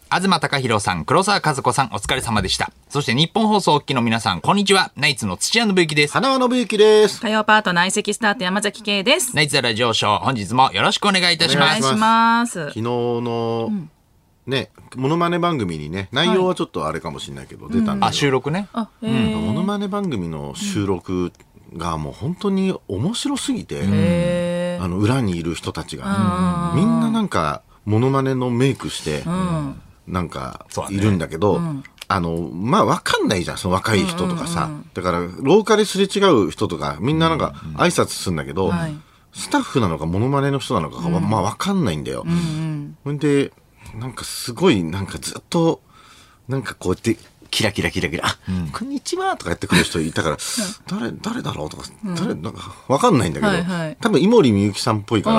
東貴博さん、黒沢和子さん、お疲れ様でした。そして日本放送お聞きの皆さん、こんにちは。ナイツの土屋信之です。 花輪信之です。 火曜パートナー相席スタート山崎圭です。 ナイツラジオショー、本日もよろしくお願いいたします。 お願いします。 昨日の、ね、モノマネ番組にね、内容はちょっとあれかもしれないけど、出たんで、 収録ね。 モノマネ番組の収録がもう本当に面白すぎて、裏にいる人たちが、みんななんかモノマネのメイクして、なんかいるんだけど、まあ分かんないじゃん、その若い人とかさ、だから廊下ですれ違う人とかみんななんか挨拶するんだけど、スタッフなのかモノマネの人なのかが、まあ分かんないんだよ。ほんでなんかすごいなんかずっとなんかこうやってキラキラキラキラ、こんにちはとかやってくる人いたから、誰だろうとか、なんか分かんないんだけど、多分井森美幸さんっぽいから、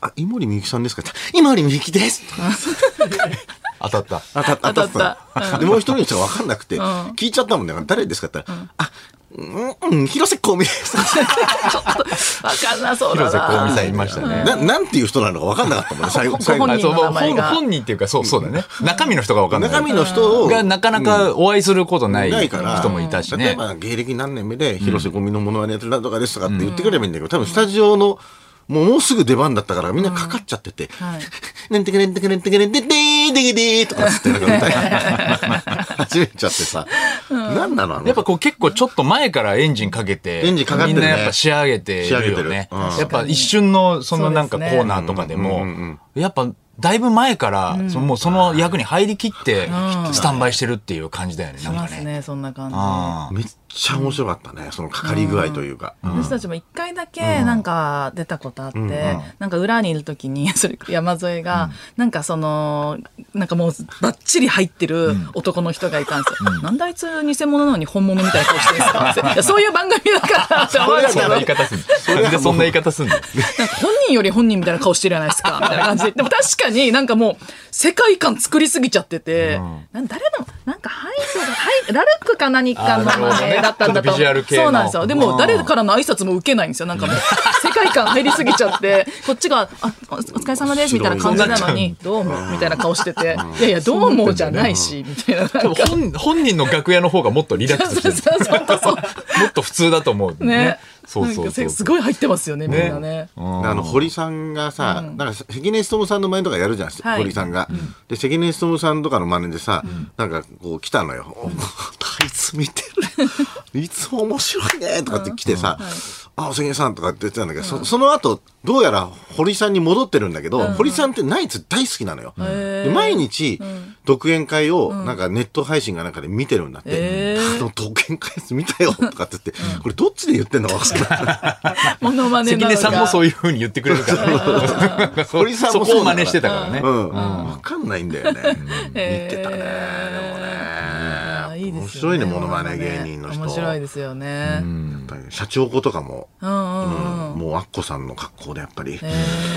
井森美幸さんですか、井森美幸です当たったでもう一人の人が分かんなくて、聞いちゃったもんね、誰ですかって言ったら、広瀬香美ですちょっと分かんなそうだな。 広瀬香美さんいましたね。 なんていう人なのか分かんなかったもんね、最後本人の名前が本人っていうか、そうだね、中身の人が分かんない、 中身の人がなかなかお会いすることない人もいたしね。 例えば芸歴何年目で広瀬香美のモノマネやってるなんとかですとかって言ってくればいいんだけど、多分スタジオのもうすぐ出番だったからみんなかかっちゃってて、なんてけれんてけれんてけれんてけれんてけれんとかつってなんか歌い始めちゃってさ、なんなのやっぱこう結構ちょっと前からエンジンかけて、みんなやっぱ仕上げてるよね。やっぱ一瞬のそのなんかコーナーとかでも、やっぱだいぶ前から、もうその役に入りきってスタンバイしてるっていう感じだよね。 しますね、そんな感じ。 めっちゃ面白かったね、そのかかり具合というか。 私たちも一回だけなんか出たことあって、なんか裏にいる時にそれ山添がなんかそのなんかもうバッチリ入ってる男の人がいたんですよ。なんであいつ偽物なのに本物みたいな顔してるんですか。いやそういう番組だからって思うんですけど。 そんな言い方すんの。なんでそんな言い方すんの。 なんか本人より本人みたいな顔してるじゃないですかみたいな感じで。でも確かになんかもう世界観作りすぎちゃってて、誰のなんかハイドラルクか何かの前だったんだと。そうなんですよ。でも誰からの挨拶も受けないんですよ。なんかもう世界観入りすぎちゃってこっちがお疲れ様ですみたいな感じなのにどうもみたいな顔してて、いやいやどうもじゃないしみたいな。 本人の楽屋の方がもっとリラックスしてる。もっと普通だと思うね。そうすごい入ってますよねみんなね。 堀さんがさ、なんか関根勤さんの真似とかやるじゃん、堀さんが。で関根勤さんとかの真似でさ、なんかこう来たのよ。あいつ見てる。いつも面白いねとかって来てさ、関根さんとかって言ってたんだけど、その後どうやら堀さんに戻ってるんだけど、堀さんってナイツ大好きなのよ。で毎日独演会をなんかネット配信がなんかで見てるんだって。独演会見たよとかって言って、これどっちで言ってんのか分かんない。 モノマネ関根さんもそういう風に言ってくれるから堀さんもそこを真似してたからね。 分かんないんだよね。似てたね。でもね面白いね、モノマネ芸人の人。 面白いですよね。 社長子とかももうアッコさんの格好でやっぱり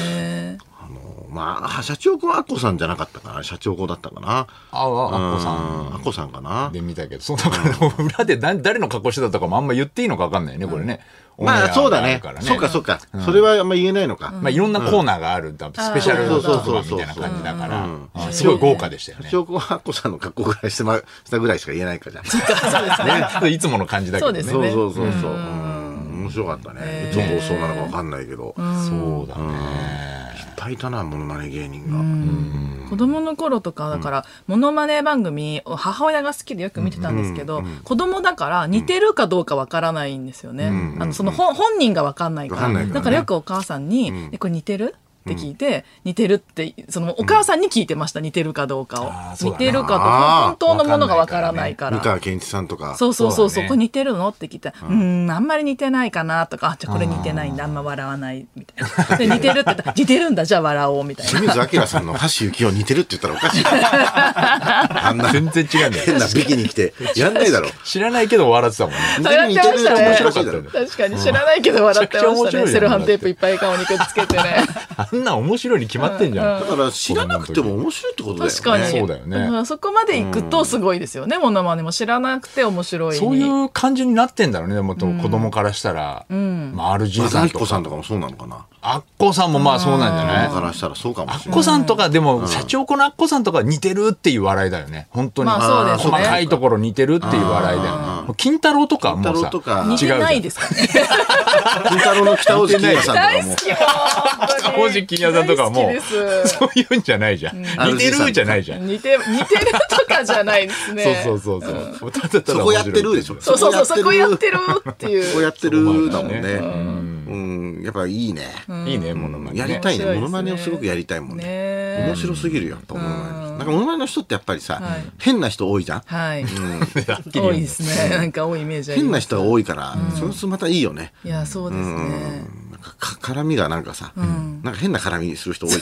まあ社長子はアッコさんじゃなかったかな、社長子だったかな。 アッコさんかなで見たけど、その裏で誰の格好してたとかもあんま言っていいのか分かんないね、これね。 まあそうだね。そうか。それはあんま言えないのか。 まあいろんなコーナーがあるスペシャル特番みたいな感じだから、すごい豪華でしたよね。 社長子はアッコさんの格好ぐらいしたぐらいしか言えないかじゃん。 そうですね。 いつもの感じだけどね。 そう。面白かったね。いつも放送なのか分かんないけど。 そうだね。 いっぱいいたな、モノマネ芸人が。 子供の頃とかだからモノマネ番組を母親が好きでよく見てたんですけど、子供だから似てるかどうかわからないんですよね。その本人がわかんないから、だからよくお母さんに「これ似てる？」って聞いて、似てるってそのお母さんに聞いてました、似てるかどうかを。似てるかどうか本当のものがわからないから。 三河健一さんとか。 そうこれ似てるのって聞いて、あんまり似てないかなとか、じゃあこれ似てないんだ、あんま笑わないみたいな。で似てるって言ったら似てるんだ、じゃあ笑おうみたいな。 清水明さんの橋幸夫似てるって言ったらおかしい。あんな全然違うんだよ。 変なビキに来てやんないだろ。 知らないけど笑ってたもんね。 笑ってましたね。 面白かったよ。 確かに知らないけど笑ってましたね。セロハンテープいっぱい顔にくっつけてね。 あんな面白いに決まってんじゃん。 だから知らなくても面白いってことだよね。 確かに。 そうだよね。 そこまで行くとすごいですよね。モノマネも知らなくて面白い。 そういう感じになってんだろうね。もっと子供からしたら、RG さんとかもそうなのかな。 アッコさんもまあそうなんじゃない？ からしたらそうかもしれない。 アッコさんとかでも社長このアッコさんとか似てるっていう笑いだよね。本当に細かいところ似てるっていう笑いだよね。金太郎とかもさ似てないですかね。 金太郎の北大路欣也さんとかも、 北大路欣也さんとかもそういうんじゃないじゃん。似てるじゃないじゃん。 似てるとかじゃないですね。 そう。 そこやってるでしょ。 そうそこやってるっていう。 そこやってるだもんね。やっぱいいね。 いいね、モノマネ。 やりたいね。モノマネをすごくやりたいもんね。面白すぎるよ、やっぱモノマネ。なんかモノマネの人ってやっぱりさ、変な人多いじゃん。 はい。多いですね。なんか多いイメージあります。 変な人が多いから、そうするとまたいいよね。 いや、そうですね。 絡みがなんかさ、なんか変な絡みする人多いじ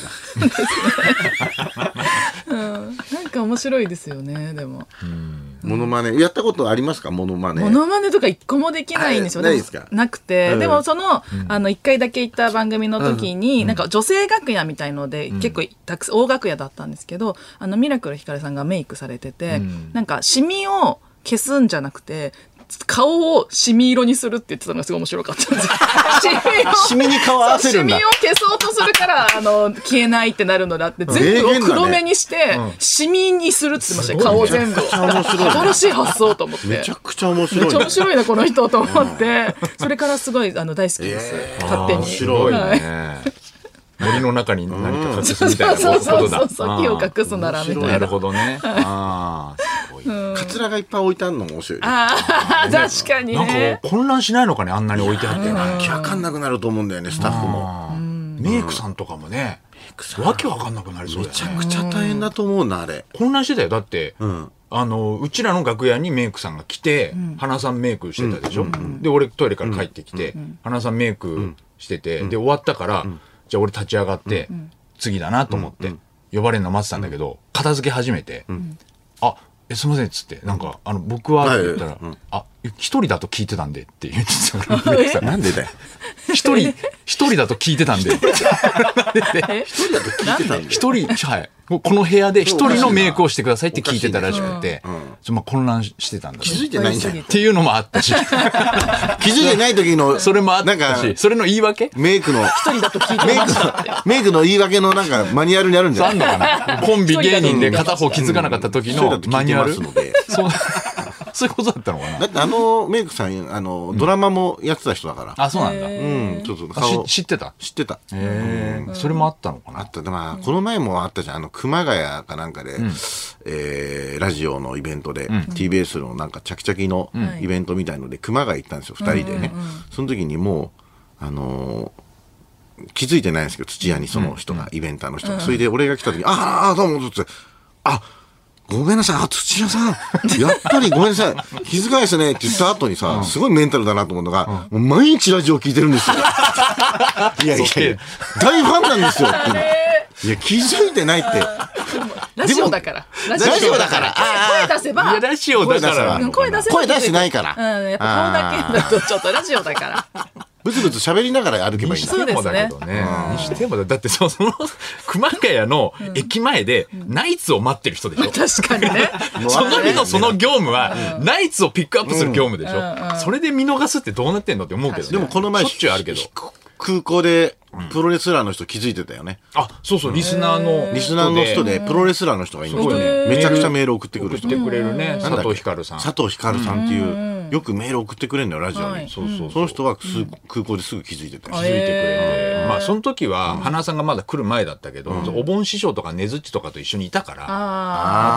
ゃん。なんか面白いですよね、でも。 モノマネやったことありますか？モノマネとか一個もできないんですよ。なくて、でもその一回だけ行った番組の時になんか女性楽屋みたいので結構大楽屋だったんですけど、ミラクルひかるさんがメイクされてて、なんかシミを消すんじゃなくて顔をシミ色にするって言ってたのがすごい面白かったんですよ。 シミに顔合わせるんだ。 シミを消そうとするから消えないってなるのだって全部を黒目にしてシミにするって言ってました。顔全部新しい発想と思って。 めちゃくちゃ面白い。 めっちゃ面白いなこの人と思ってそれからすごい大好きです。勝手に。 面白いね。 森の中に何か隠すみたいなことだ。 火を隠すならみたいな。 なるほどね。 カツラがいっぱい置いてあるのも面白い。 確かにね。 なんか混乱しないのかね、あんなに置いてあって。 わかんなくなると思うんだよね、スタッフも。 メイクさんとかもね、わけわかんなくなりそうだよね。 めちゃくちゃ大変だと思うな、あれ。 混乱してたよ。だってうちらの楽屋にメイクさんが来て、花さんメイクしてたでしょ。で俺トイレから帰ってきて、花さんメイクしてて、で終わったからじゃあ俺立ち上がって次だなと思って呼ばれるの待ってたんだけど、片付け始めて「あすいません」っつって「なんか僕は」って言ったら「あ一人だと聞いてたんで」って言ってたから、 なんでだよ。 一人だと聞いてたんで。 一人だと聞いてたんで。 一人、はい。この部屋で一人のメイクをしてくださいって聞いてたらしくて、混乱してたんだ。 気づいてないんじゃないっていうのもあったし。 気づいてない時の、 それもあったし、それの言い訳メイクの、 一人だと聞いてましたって。 メイクの言い訳のなんかマニュアルにあるんじゃない？ あんのかな。コンビ芸人で片方気づかなかった時のマニュアル。そういうことだったのかな。 だってメイクさんドラマもやってた人だから。 あ、そうなんだ。 ちょっと顔知ってた。それもあったのかな。 あった。まあこの前もあったじゃん。熊谷かなんかでラジオのイベントで TBS のなんかチャキチャキのイベントみたいので熊谷行ったんですよ。2人でね。その時にもう気づいてないんですけど、土屋にその人がイベンターの人が。それで俺が来た時にああどうもってごめんなさい、土屋さん、やっぱりごめんなさい、気遣いですねって言った後にさ、すごいメンタルだなと思うのが、もう毎日ラジオ聞いてるんですよ。いや、大ファンなんですよって。いや、気づいてないって。 ラジオだから。 ラジオだから。 声出せば。 ラジオだから。 声出せば。 声出してないから。 やっぱ顔だけだとちょっとラジオだから。 ブツブツ喋りながら歩けばいいんだ。 そうですね。にしてもだってその熊谷の駅前でナイツを待ってる人でしょ。 確かにね。 その日のその業務はナイツをピックアップする業務でしょ。それで見逃すってどうなってんのって思うけど。 でもこの前しょっちゅうあるけど。 空港でプロレスラーの人気づいてたよね。 あ、そうそう、リスナーの人でプロレスラーの人がいるんですよ。めちゃくちゃメール送ってくる人。 送ってくれるね。佐藤ひかるさん。 佐藤ひかるさんっていうよくメール送ってくれるんだよラジオに。その人は空港ですぐ気づいてた。 気づいてくれて、まあその時は花さんがまだ来る前だったけど、お盆師匠とかねずっちとかと一緒にいたから、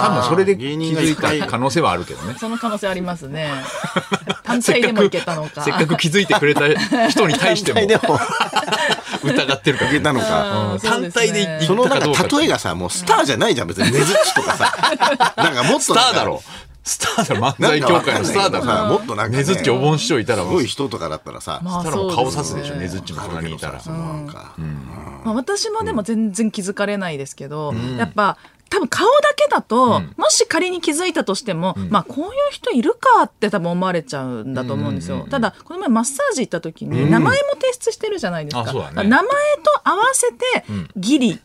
多分それで気づいた可能性はあるけどね。 その可能性ありますね。単体でもいけたのか。 せっかく気づいてくれた人に対しても疑ってるから。 いけたのか。 単体でそのなんか例えがさ、もうスターじゃないじゃん別にねずっちとかさ。なんかもっとスターだろ。スターだろ、漫才協会のスターだから。 もっとなんかねずっちお盆師匠いたらすごい人とかだったらさ、 そしたらもう顔さすでしょ、ねずっちも隣にいたら。 私もでも全然気づかれないですけど、やっぱ多分顔だけだと、もし仮に気づいたとしても、まあこういう人いるかって多分思われちゃうんだと思うんですよ。ただこの前マッサージ行った時に名前も提出してるじゃないですか。名前と合わせてギリ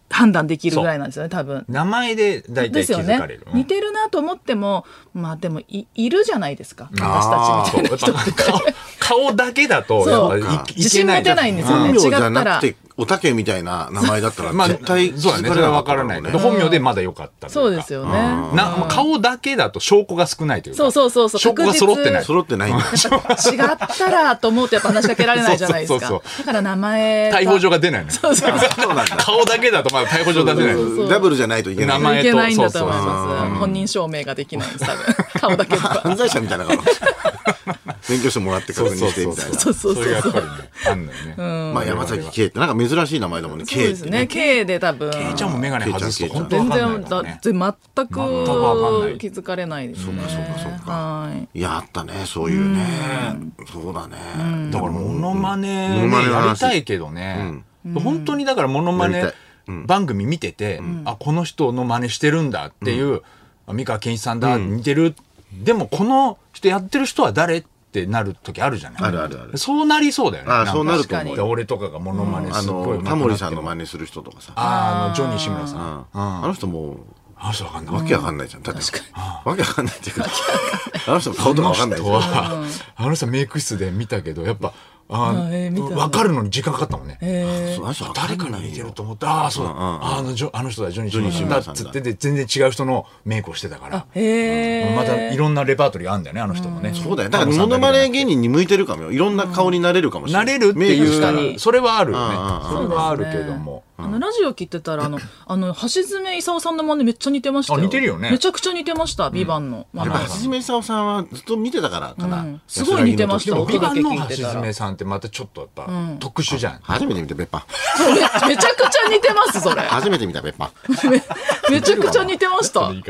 判断できるぐらいなんですよね、多分。 名前で大体気づかれる。 似てるなと思っても、まあでもいるじゃないですか。私たちみたいな人って。 顔だけだと、 自信持てないんですよね。違ったら。 おたけみたいな名前だったら絶対そうだね、それは分からないけど、本名でまだ良かった。 そうですよね。 顔だけだと証拠が少ないというか。 そう。 証拠が揃ってない。 揃ってないんだ。 違ったらと思うとやっぱ話しかけられないじゃないですか。だから名前。 逮捕状が出ないの。顔だけだとまだ逮捕状出せない。 ダブルじゃないといけない。 名前と。いけないんだと思います。本人証明ができないんです、多分。顔だけとか。 犯罪者みたいな顔。免許証もらって確認してみたいな。 そうそれがやっぱりね、あんのよね。 まあ山崎圭ってなんか珍しい名前だもんね。 そうですね。K で多分。 K ちゃんもメガネ外すと本当に全然全く気づかれないですね。 そうか。いやあったね、そういうね。そうだね。 だからモノマネやりたいけどね。本当にだからモノマネ番組見てて、あ、この人の真似してるんだっていう、三河健一さんだ、似てる。でもこの人やってる人は誰ってなる時あるじゃない。 ある。 そうなりそうだよね。 そうなると思う。 俺とかがモノマネすごい。 タモリさんの真似する人とかさ。 ジョニー志村さん。 あの人もあの人わかんない。 わけわかんないじゃん。だってわけわかんないっていうか、あの人の顔とかわかんないじゃん。 あの人メイク室で見たけど、やっぱわかるのに時間かかったもんね。誰かに似てると思って、あの人だ、ジョニー・シムだっつって、全然違う人のメイクをしてたから。またいろんなレパートリーあるんだよね、あの人もね。 そうだよ。だからモノマネ芸人に向いてるかもよ。いろんな顔になれるかもしれない。 なれるっていう、それはあるよね。それはあるけども。 ラジオ聞いてたら、橋爪功さんの真似めっちゃ似てましたよ。 似てるよね。 めちゃくちゃ似てました、ビバンの。 橋爪功さんはずっと見てたからかな。 すごい似てました。 ビバンの橋爪さんってまたちょっとやっぱ特殊じゃん。 初めて見た別班。 めちゃくちゃ似てます、それ。 初めて見た別班。 めちゃくちゃ似てました。 もう、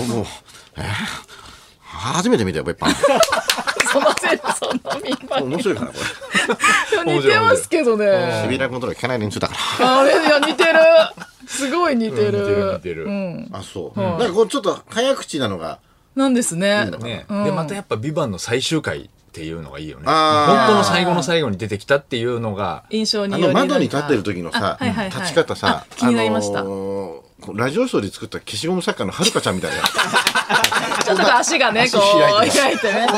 初めて見たよ、別班。 その見栄え。 面白いかな、これ。似てますけどね。 シビラコントロール聞かない連中だから。 いや、似てる。すごい似てる。 似てる。 あ、そう。なんかこう、ちょっと早口なのが。 なんですね。 で、またやっぱビバンの最終回っていうのがいいよね。本当の最後の最後に出てきたっていうのが。 印象に窓に立ってる時のさ、立ち方さ。 気になりました。 ラジオショーで作った消しゴム作家のはるかちゃんみたいな。 ちょっと足がね、こう、開いてね。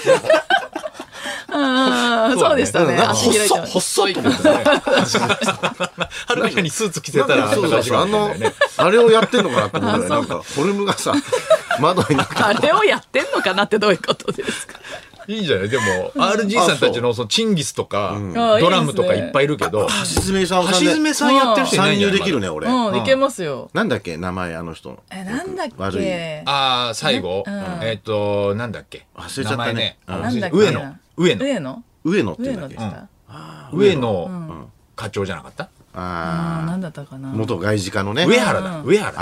そうでしたね。足開いて。 細いってね。 はるかちゃんにスーツ着せたら、 あれをやってんのかなって思うぐらい、なんか、フォルムがさ、窓になって。 あれをやってんのかなってどういうことですか？ いいんじゃない？でも RG さんたちのチンギスとかドラムとかいっぱいいるけど、 橋爪さんやってる人いないんじゃない？ 参入できるね、俺。 いけますよ。 なんだっけ名前、あの人。 なんだっけ。 最後なんだっけ忘れちゃったね。 上野でした上野課長じゃなかった？ なんだったかな。 元外事課のね。 上原課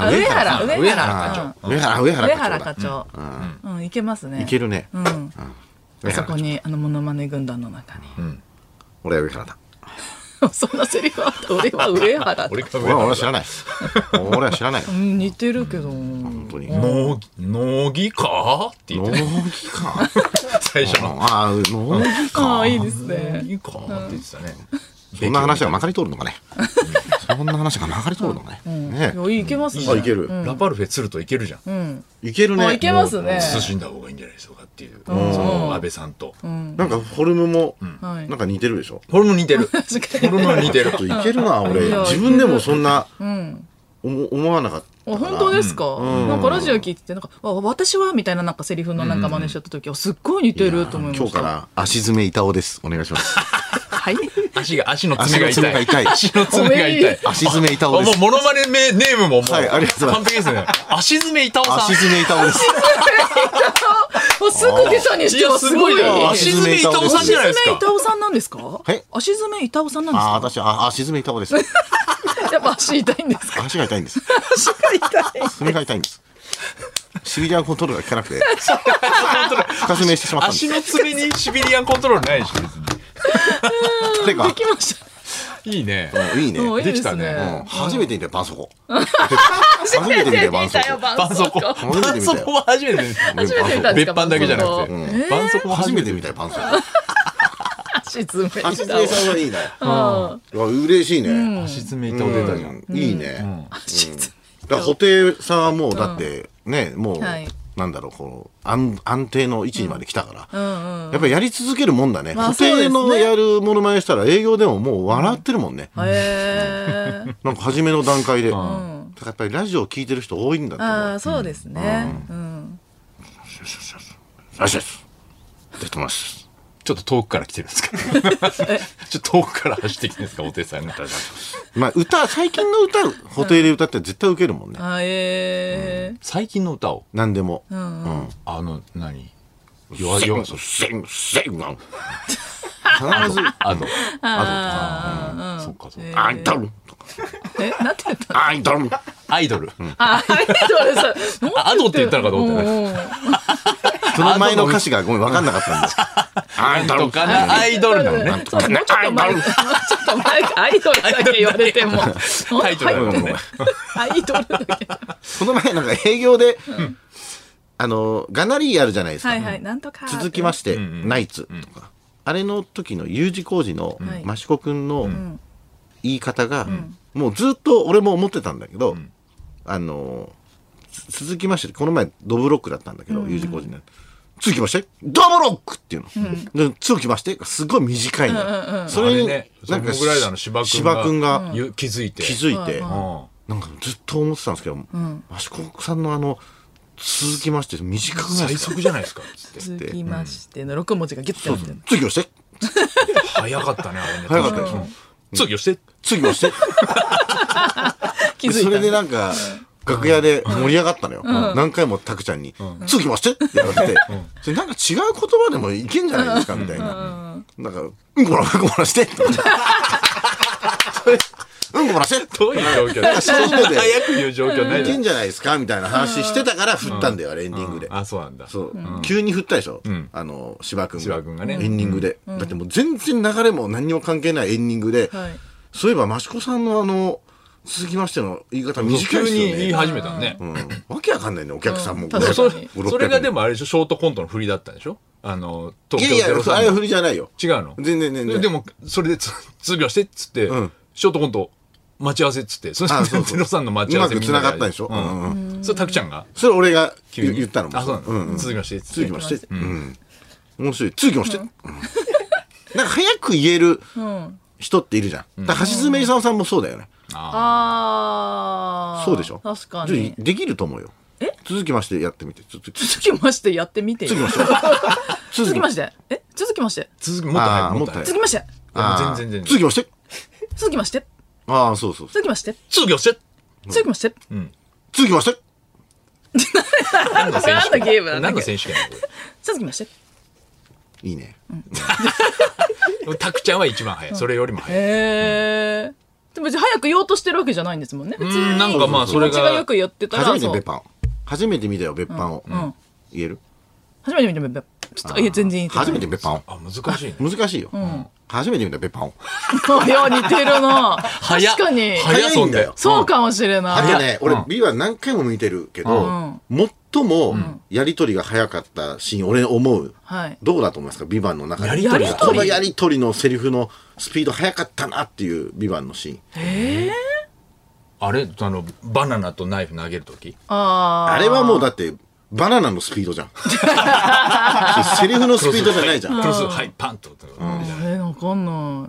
長。いけますね。 いけるね。 そこにモノマネ軍団の中に。 俺は上原だ。 そんなセリフあった。俺は上原だ。 俺は知らない。俺は知らない。 似てるけど。 本当に。 乃木かって言って。 乃木か。 最初の。 乃木か。 いいですね。 乃木かって言ってたね。 そんな話がまかり通るのかね。そんな話がまかり通るのね。 いけますね。 いける。 ラパルフェ釣るといけるじゃん。 いけるね。 いけますね。 慎んだ方がいいんじゃないですかっていう。その安倍さんと。 なんかフォルムもなんか似てるでしょ。 フォルム似てる。フォルムは似てる。 いけるな、俺。自分でもそんな思わなかった。 本当ですか？なんかラジオ聞いてて、なんか私はみたいななんかセリフのなんか真似しちゃった時はすっごい似てると思いました。 今日から足爪板尾です。お願いします。 はい。 足の爪が痛い。足の爪が痛い。 足爪板尾です。 もうモノマネネームももうはい、ありがとうございます。 完璧ですね。足爪板尾さん。 足爪板尾です。 すぐ出たにしてはすごい。 足爪板尾さんじゃないですか。 足爪板尾さんなんですか？足爪板尾さんなんですか？ 私足爪板尾です。 やっぱ足痛いんですか？ 足が痛いんです。 足が痛い。 爪が痛いんです。シビリアンコントロールが効かなくて深爪してしまったんです。 足の爪にシビリアンコントロールないでしょ別に。 できました。 いいね。 いいね。 できたね。 初めて見たよ、絆創膏。初めて見たよ、絆創膏。 絆創膏。絆創膏は初めて見た。別版だけじゃなくて。絆創膏も初めて見たよ、絆創膏。 足爪板。 足爪さんはいいね。嬉しいね。 足爪板出たじゃん。 いいね。だから布袋さんはもうだってね、もうなんだろう、こう安定の位置にまで来たから、やっぱりやり続けるもんだね。布袋のやるものまねしたら営業でももう笑ってるもんね。なんか初めの段階で。やっぱりラジオを聞いてる人多いんだと思う。 ああ、そうですね。 よしよし。出てます。 ちょっと遠くから来てるんですか。ちょっと遠くから走ってきてるんですか、お手さんが。 まあ歌、最近の歌、布袋で歌って絶対ウケるもんね。 最近の歌を。 何でも。 何。 弱々。必ずアドとか、そっかそっか。 アイドルとか。 なんて言ったアイドル。 アイドル。 アイドルさ、 アドって言ったのかと思ったね。 その前の歌詞がごめん分かんなかったんです。 アイドルかな、アイドルなのね。 もうちょっと前アイドルだけ言われても。 タイトルだね。 アイドルだけ。 この前なんか営業でガナリーあるじゃないですか。続きましてナイツとか。あれの時の U 字工事の益子くんの言い方がもうずっと俺も思ってたんだけど、続きましてこの前ドブロックだったんだけど U 字工事ね、続きましてドブロックっていうの、続きましてすごい短いの。それになんか芝君が気づいてなんかずっと思ってたんですけど、益子さんの続きまして短くないですか。最速じゃないですか。 続きましての6文字がギュッてなってる。 続きまして。 早かったね、あれね。 早かったです。 続きまして。 続きまして。それでなんか楽屋で盛り上がったのよ。何回もタクちゃんに続きましてって言われて、それなんか違う言葉でもいけんじゃないですかみたいな。なんかうんこらして。うんこ漏らしてどういう状況そういうので早く言う状況ないいけんじゃないですかみたいな話してたから振ったんだよ、あれエンディングで。 あ、そうなんだ。 そう急に振ったでしょ、芝君がねエンディングで。だってもう全然流れも何にも関係ないエンディングで、そういえば益子さんの続きましての言い方短いですよね。 急に言い始めたね。 わけわかんないね、お客さんも。 それがでもあれでしょ、ショートコントの振りだったんでしょ。 いやいや、あれは振りじゃないよ。 違うの。 全然。 でもそれで続きましてっつってショートコント待ち合わせっつって、それゼロさんの待ち合わせうまく繋がったでしょ。 それタクちゃんがそれ俺が言ったのも。 あ、そうなの。続きまして続きまして。面白い。続きまして。なんか早く言える人っているじゃん。橋爪功さんもそうだよね。そうでしょ。 確かにできると思うよ。続きましてやってみて。 続きましてやってみて。 続きまして。 続きまして。続きまして。 続きまして。 全然。 続きまして。 続きまして。 ああ、そう。 続きまして。 続きまして。 続きまして。 続きまして。 何の選手権何の選手権続きまして。 いいね。 タクちゃんは一番早い。それよりも早い。 でも別に早く言おうとしてるわけじゃないんですもんね。普通になんかまあそれがよく言ってたら。 初めて見たよ別版を。言える？ 初めて見た別版。いや全然言えてない。 初めて別版を。 あ、難しいね。 難しいよ。初めて見た別版を。 いや似てるな。確かに。 早いんだよ。 そうかもしれない。 あとね、俺 B は何回も見てるけど、最もやりとりが早かったシーン、俺思う。どうだと思いますか？ B 版の中で。このやりとりのセリフのスピード早かったなっていう B 版のシーン。 あれバナナとナイフ投げるとき。 あれはもうだってバナナのスピードじゃん。セリフのスピードじゃないじゃん。 はい、パンと。 わかんない。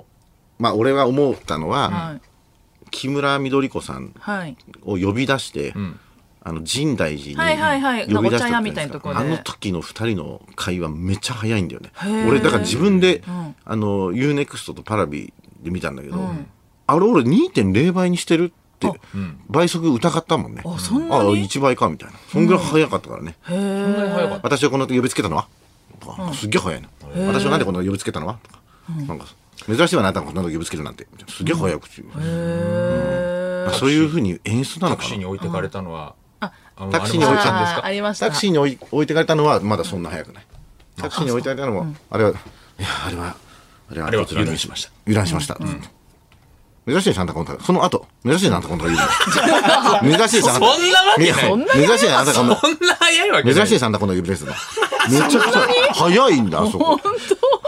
まあ俺は思ったのは、木村緑子さんを呼び出して、深大寺に呼び出したんですか。あの時の2人の会話めっちゃ早いんだよね。俺だから自分でUNEXT とパラビで見たんだけど、あれ俺 2.0 倍にしてるって倍速疑ったもんね。あ、1倍かみたいな。そんぐらい早かったからね。私はこの呼びつけたのはすっげえ早いな。私はなんでこんな呼びつけたのはとか、なんか珍しいわな、あなたがこんなの呼びつけるなんてすげえ早口。そういう風に演出なのかな。 タクシーに置いてかれたのはタクシーに置いてかれたありました。 タクシーに置いてかれたのはまだそんな早くない。タクシーに置いてかれたのもあれは油断しました。 油断しました。珍しいサンタコンタその後珍しいサンタコンタが言うの。珍しいサンタコンタ。 そんなわけない。 珍しいサンタコンタ。 そんな早いわけない。 珍しいサンタコンタ呼び出すの。めちゃくちゃ早いんだあそこ。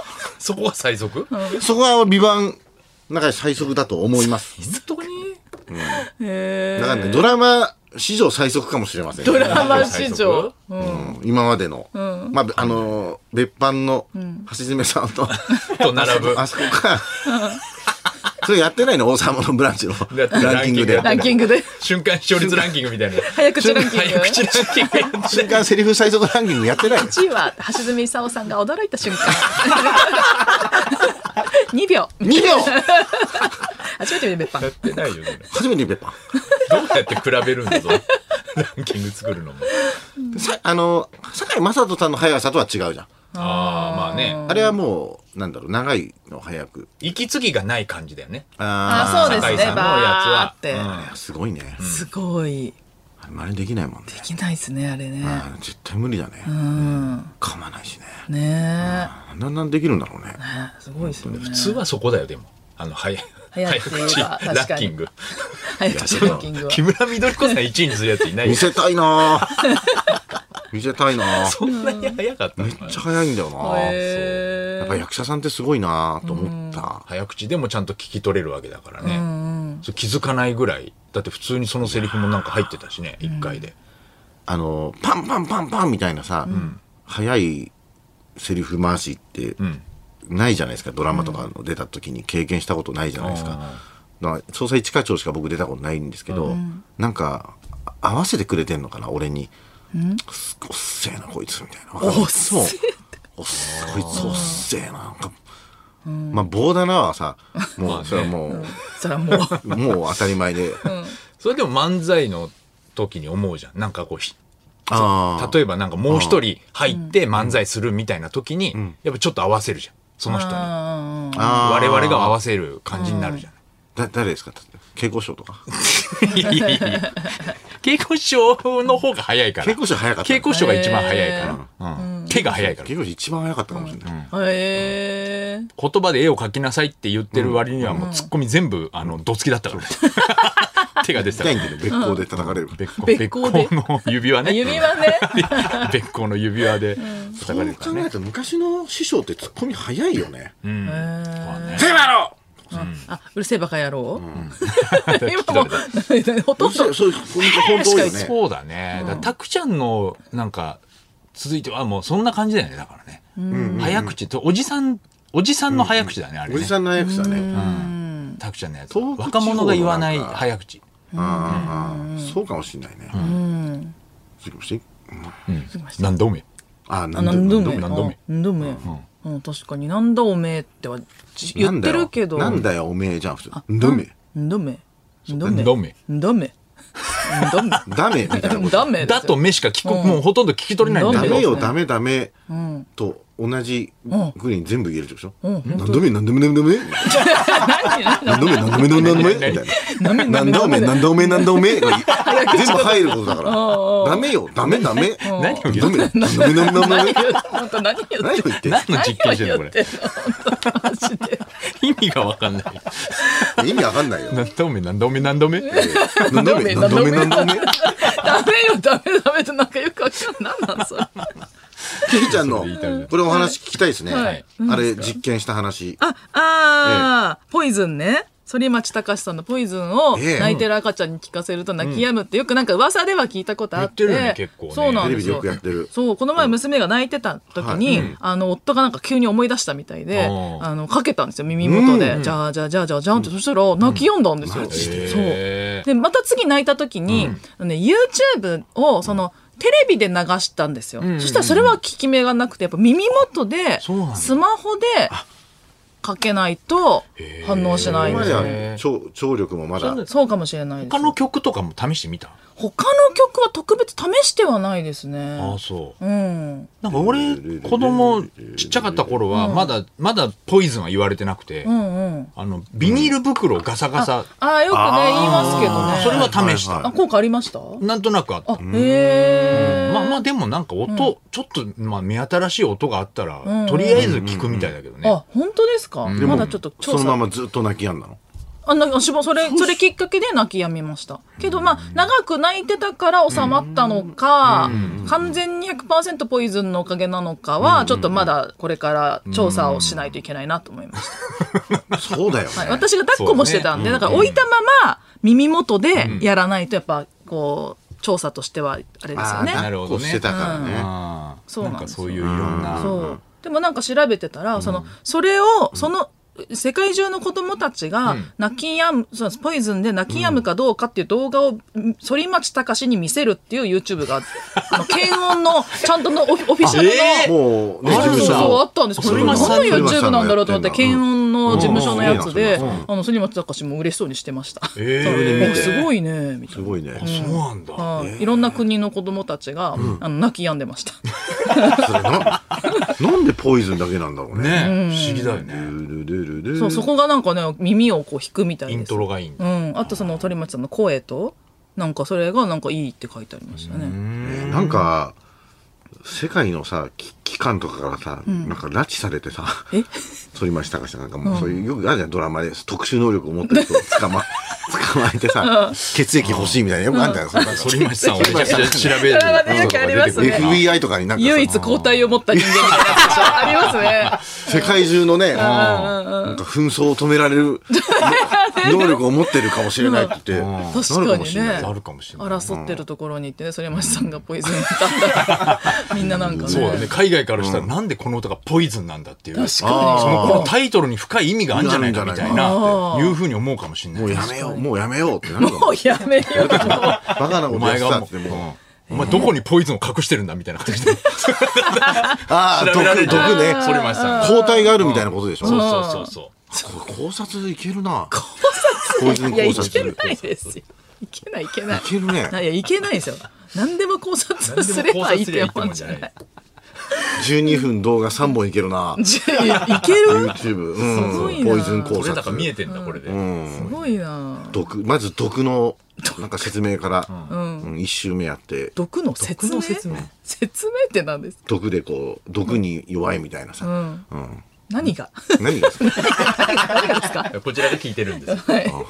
そこは最速？ そこはビバン中で最速だと思います。 本当に？ だからね、ドラマ史上最速かもしれません。 ドラマ史上、 今までの、まあ別班の橋爪さんと並ぶあそこか。それやってないの、王様のブランチのランキングで。 ランキングで。 瞬間視聴率ランキングみたいな。 早口ランキング。 早口ランキング。 瞬間セリフ最速ランキングやってないの。 1位は橋爪功さんが驚いた瞬間。2秒。 2秒初めて見る別班。 やってないよね。 初めて別班。 どうやって比べるんだぞ。ランキング作るのも。 堺雅人さんの速さとは違うじゃん。 ああ、まあね。 あれはもう、なんだろう、長いの早く。 息継ぎがない感じだよね。 ああ、そうですね。バーって。 すごいね。 すごい。 真似できないもんね。 できないですね、あれね。 絶対無理だね。噛まないしね。 ねえ。なんできるんだろうね。 すごいですよね。 普通はそこだよ、でも。早口ランキング。 早口ランキングは。 木村みどり子さん1位にするやついないよ。 見せたいな見せたいなそんなに早かった？ めっちゃ早いんだよなやっぱ役者さんってすごいなと思った。 早口でもちゃんと聞き取れるわけだからね。気づかないぐらい。だって普通にそのセリフもなんか入ってたしね、1回で。 パンパンパンパンみたいなさ、早いセリフ回しってないじゃないですか。ドラマとかの出た時に経験したことないじゃないですか。だから捜査一課長しか僕出たことないんですけど、なんか合わせてくれてんのかな、俺に。おっせえなこいつみたいな。 おっせえこいつおっせえな。なんかまあ棒だなはさ、もうそれはもう当たり前で。 それでも漫才の時に思うじゃん。なんかこう例えばなんかもう一人入って漫才するみたいな時にやっぱちょっと合わせるじゃん、その人に。我々が合わせる感じになるじゃん。 誰ですか？稽古師匠とか。 稽古師匠の方が早いから。 稽古師匠早かった。 稽古師匠が一番早いから。手が早いから。 稽古師一番早かったかもしれない。 言葉で絵を描きなさいって言ってる割にはもうツッコミ全部どつきだったから。手が出てた。 別行で叩かれる。 別行の指輪ね。 指輪ね。 別行の指輪で叩かれるからね。昔の師匠ってツッコミ早いよね。 せーばろうるせえバカ野郎。 今もほとんどそうだね。タクちゃんのなんか続いてはもうそんな感じだよね。だからね。早口とおじさんの早口だね、あれね。 おじさんの早口だね。 タクちゃんのやつ。若者が言わない早口。 そうかもしれないね。 なんだおめえ。なんだおめえ。確かになんだおめえっては言ってるけど。 なんだよおめえじゃん普通。んだめ。 んだめ。 んだめ。 んだめ。 ダメみたいなこと。 ダメだと目しかもうほとんど聞き取れないんだけど。 ダメよダメダメと同じふうに全部言えるでしょ。なんだめなんだめなんだめなんだめなんだめなんだめみたいな。なんだおめなんだおめなんだおめ全部入ることだから。ダメよダメダメ。 何を言ってんの？ 何言ってんの？ 何の実験してんのこれ。意味がわかんない。 意味わかんないよ。 なんだおめなんだおめなんだおめ。 なんだおめなんだおめなんだおめ。 ダメよダメダメとなんかよくわかんない。なんなんそれ。 ケイちゃんのこれお話聞きたいですね。あれ実験した話。 ポイズンね。反町隆史さんのポイズンを泣いてる赤ちゃんに聞かせると泣き止むってよくなんか噂では聞いたことあって。そうなんですよ。そうこの前娘が泣いてた時に夫がなんか急に思い出したみたいでかけたんですよ耳元で。じゃあってそしたら泣き止んだんですよ。そうでまた次泣いた時にYouTube をテレビで流したんですよ。そしたらそれは効き目がなくてやっぱ耳元でスマホでかけないと反応しないんですよね。 聴力もまだそうかもしれないです。 他の曲とかも試してみた？ 他の曲は特別試してはないですね。 ああそう。なんか俺子供ちっちゃかった頃はまだポイズンは言われてなくて、ビニール袋ガサガサ。 よくね言いますけどね。 それは試した。 効果ありました？ なんとなくあった。まあでもなんか音ちょっと目新しい音があったらとりあえず聞くみたいだけどね。 あ本当ですか？まだちょっとそのままずっと泣き止んだの？ 私もそれきっかけで泣き止みました。けどまあ長く泣いてたから収まったのか、完全に 100% ポイズンのおかげなのかはちょっとまだこれから調査をしないといけないなと思いました。そうだよね。 私が抱っこもしてたんで、だから置いたまま耳元でやらないとやっぱこう調査としてはあれですよね。 なるほどね。してたからね。 そうなんですよ。 そういういろんな。 でもなんか調べてたら、それを世界中の子供たちが泣き止む、ポイズンで泣き止むかどうかっていう動画を反町隆史に見せるっていう YouTube が検温のちゃんとのオフィシャルのもう事務所そうあったんです。それ何の YouTube なんだろうと思って検温の事務所のやつで反町隆史も嬉しそうにしてました。すごいねみたいな。 すごいね。 そうなんだ。 いろんな国の子供たちが泣き止んでました。 なんでポイズンだけなんだろうね。 不思議だよね。 そこがなんかね耳をこう引くみたいです。 イントロがいいんだ。 あと反町さんの声となんかそれがなんかいいって書いてありましたね。 なんか世界のさ機関とかからさ、なんか拉致されてさ反町隆史なんかもうそういうよくあるじゃん、ドラマで特殊能力を持ってる人を捕まえてさ血液欲しいみたいなよくあるんだよ。 反町さんをめちゃくちゃ調べる。 FBI とかになんか唯一抗体を持った人間みたいなやつでしょ。ありますね。 世界中のねなんか紛争を止められる能力を持ってるかもしれないって言って確かにねあるかもしれない。 争ってるところに行ってね反町さんがポイズン歌ったらみんななんかね。 そうだね。海外からしたらなんでこの歌がポイズンなんだっていう。 確かに。 そのタイトルに深い意味があるんじゃないかみたいないうふうに思うかもしれない。 もうやめようもうやめようってなるかも。 もうやめよう。 バカなことやってたってもう。 お前どこにポイズンを隠してるんだみたいな感じでああ毒ね反町さん抗体があるみたいなことでしょ。 そう考察いけるな。 考察いやいけないですよ。いけないいけるね。 いやいけないですよ。何でも考察すればいいってもんじゃない。 12分動画3本いけるな。 いける YouTube すごいな。 ポイズン考察。 だから見えてんだこれで。 すごいな。 まず毒のなんか説明から1周目やって。 毒の説明って何ですか。 毒でこう毒に弱いみたいなさ。 何がですか。 こちらが聞いてるんです。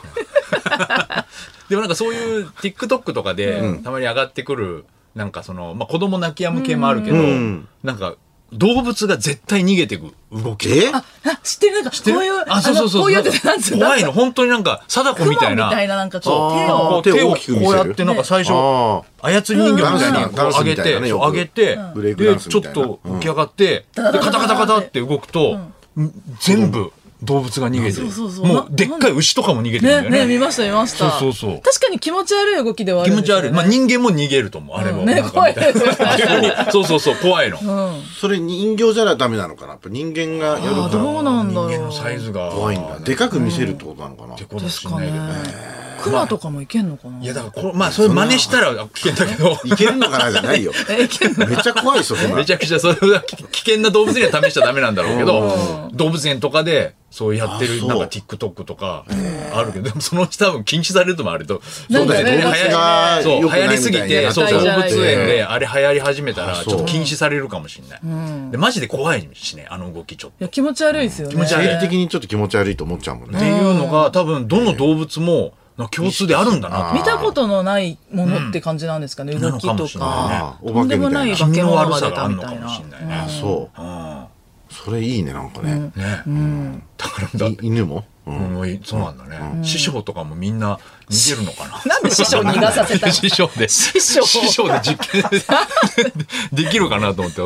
でもなんかそういう TikTok とかでたまに上がってくるなんかそのまあ子供泣き止む系もあるけどなんか動物が絶対逃げていく動き。 知ってる。なんかこういうそう怖いの本当になんか貞子みたいななんかこう手をこうやってなんか最初操り人形みたいにこう上げてでちょっと浮き上がってでカタカタカタって動くと全部動物が逃げてる。もうでっかい牛とかも逃げてるんだよね。 見ましたそう確かに気持ち悪い動きではある。 気持ち悪い。まあ人間も逃げると思う。あれも怖いですよ。 そう怖いの。 それ人形じゃダメなのかな。やっぱ人間がやるからどうなんだろう。 人間のサイズが怖いんだ。でかく見せるってことなのかな。 ってことしないけどね。 クマとかもいけんのかな。 いやだからまあそれ真似したら危険だけどいけるのかなじゃないよ。めっちゃ怖いですよ。 めちゃくちゃそれは危険な動物には試しちゃダメなんだろうけど動物園とかでそうやってるなんか TikTok とかあるけどでもそのうち多分禁止されるともあるとそうだね。 流行りすぎて動物園であれ流行り始めたらちょっと禁止されるかもしれないでマジで怖いしねあの動きちょっと気持ち悪いですよね。 生理的にちょっと気持ち悪いと思っちゃうもんね。 っていうのが多分どの動物も共通であるんだな。 見たことのないものって感じなんですかね。動きとかとんでもない化け物が出たみたいな。 そう。それいいねなんかね。 だから犬もそうなんだね。師匠とかもみんな逃げるのかな。 なんで師匠逃がさせたの。 師匠で実験できるかなと思って。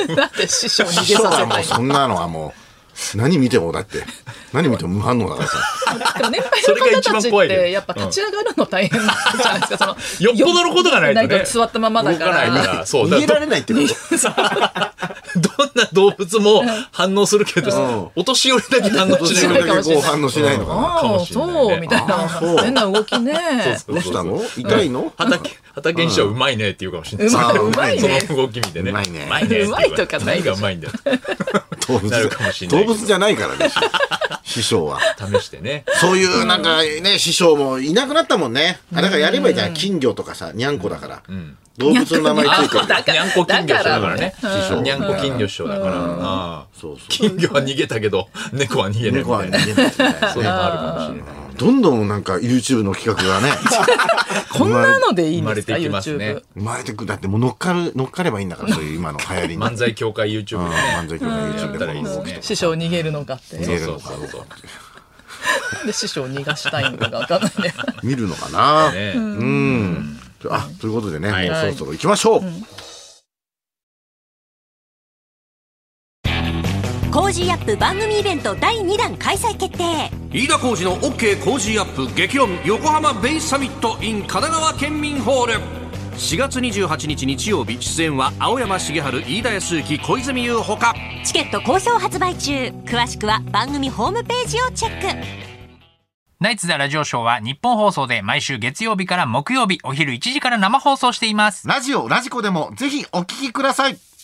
なんで師匠逃げさせたい。 そんなのはもう。何見てもだって何見ても無反応だからさ。 年配の方たちってやっぱ立ち上がるの大変なんじゃないですか。 よっぽどのことがないとね。 座ったままだから。 逃げられないってこと。 どんな動物も反応するけど、お年寄りだけ反応しない。 反応しないのかな。 そうみたいな変な動きね。 どうしたの？痛いの？ 畑にしはうまいねって言うかもしれない。 うまいね。 その動き見てね。 うまいね。 うまいとかないがうまいんだよ。 動物じゃないからね。師匠は試してね。 そういうなんかね師匠もいなくなったもんね。だからやればいいじゃん。金魚とかさにゃんこだから。動物の名前ついてる。 にゃんこ金魚師匠だからね。にゃんこ金魚師匠だから。金魚は逃げたけど猫は逃げないみたいな。そういうのもあるかもしれない。 どんどんなんか YouTube の企画がねこんなのでいいんですか？ 生まれてきますね。 生まれてく。だってもう乗っかればいいんだから、そういう今の流行りに漫才協会 YouTube でね、 漫才協会 YouTube でいいですね。 師匠逃げるのかって。 逃げるのか。 で師匠逃がしたいのか分かんないね。 見るのかな。ということでね、もうそろそろ行きましょう。 コージーアップ番組イベント第2弾開催決定。 飯田浩司の OK コージーアップ激論横浜ベイサミット in 神奈川県民ホール。4月28日日曜日、出演は青山茂春、飯田康之、小泉優ほか。 チケット好評発売中。詳しくは番組ホームページをチェック。 ナイツザラジオショーは日本放送で毎週月曜日から木曜日お昼1時から生放送しています。 ラジコでもぜひお聞きください。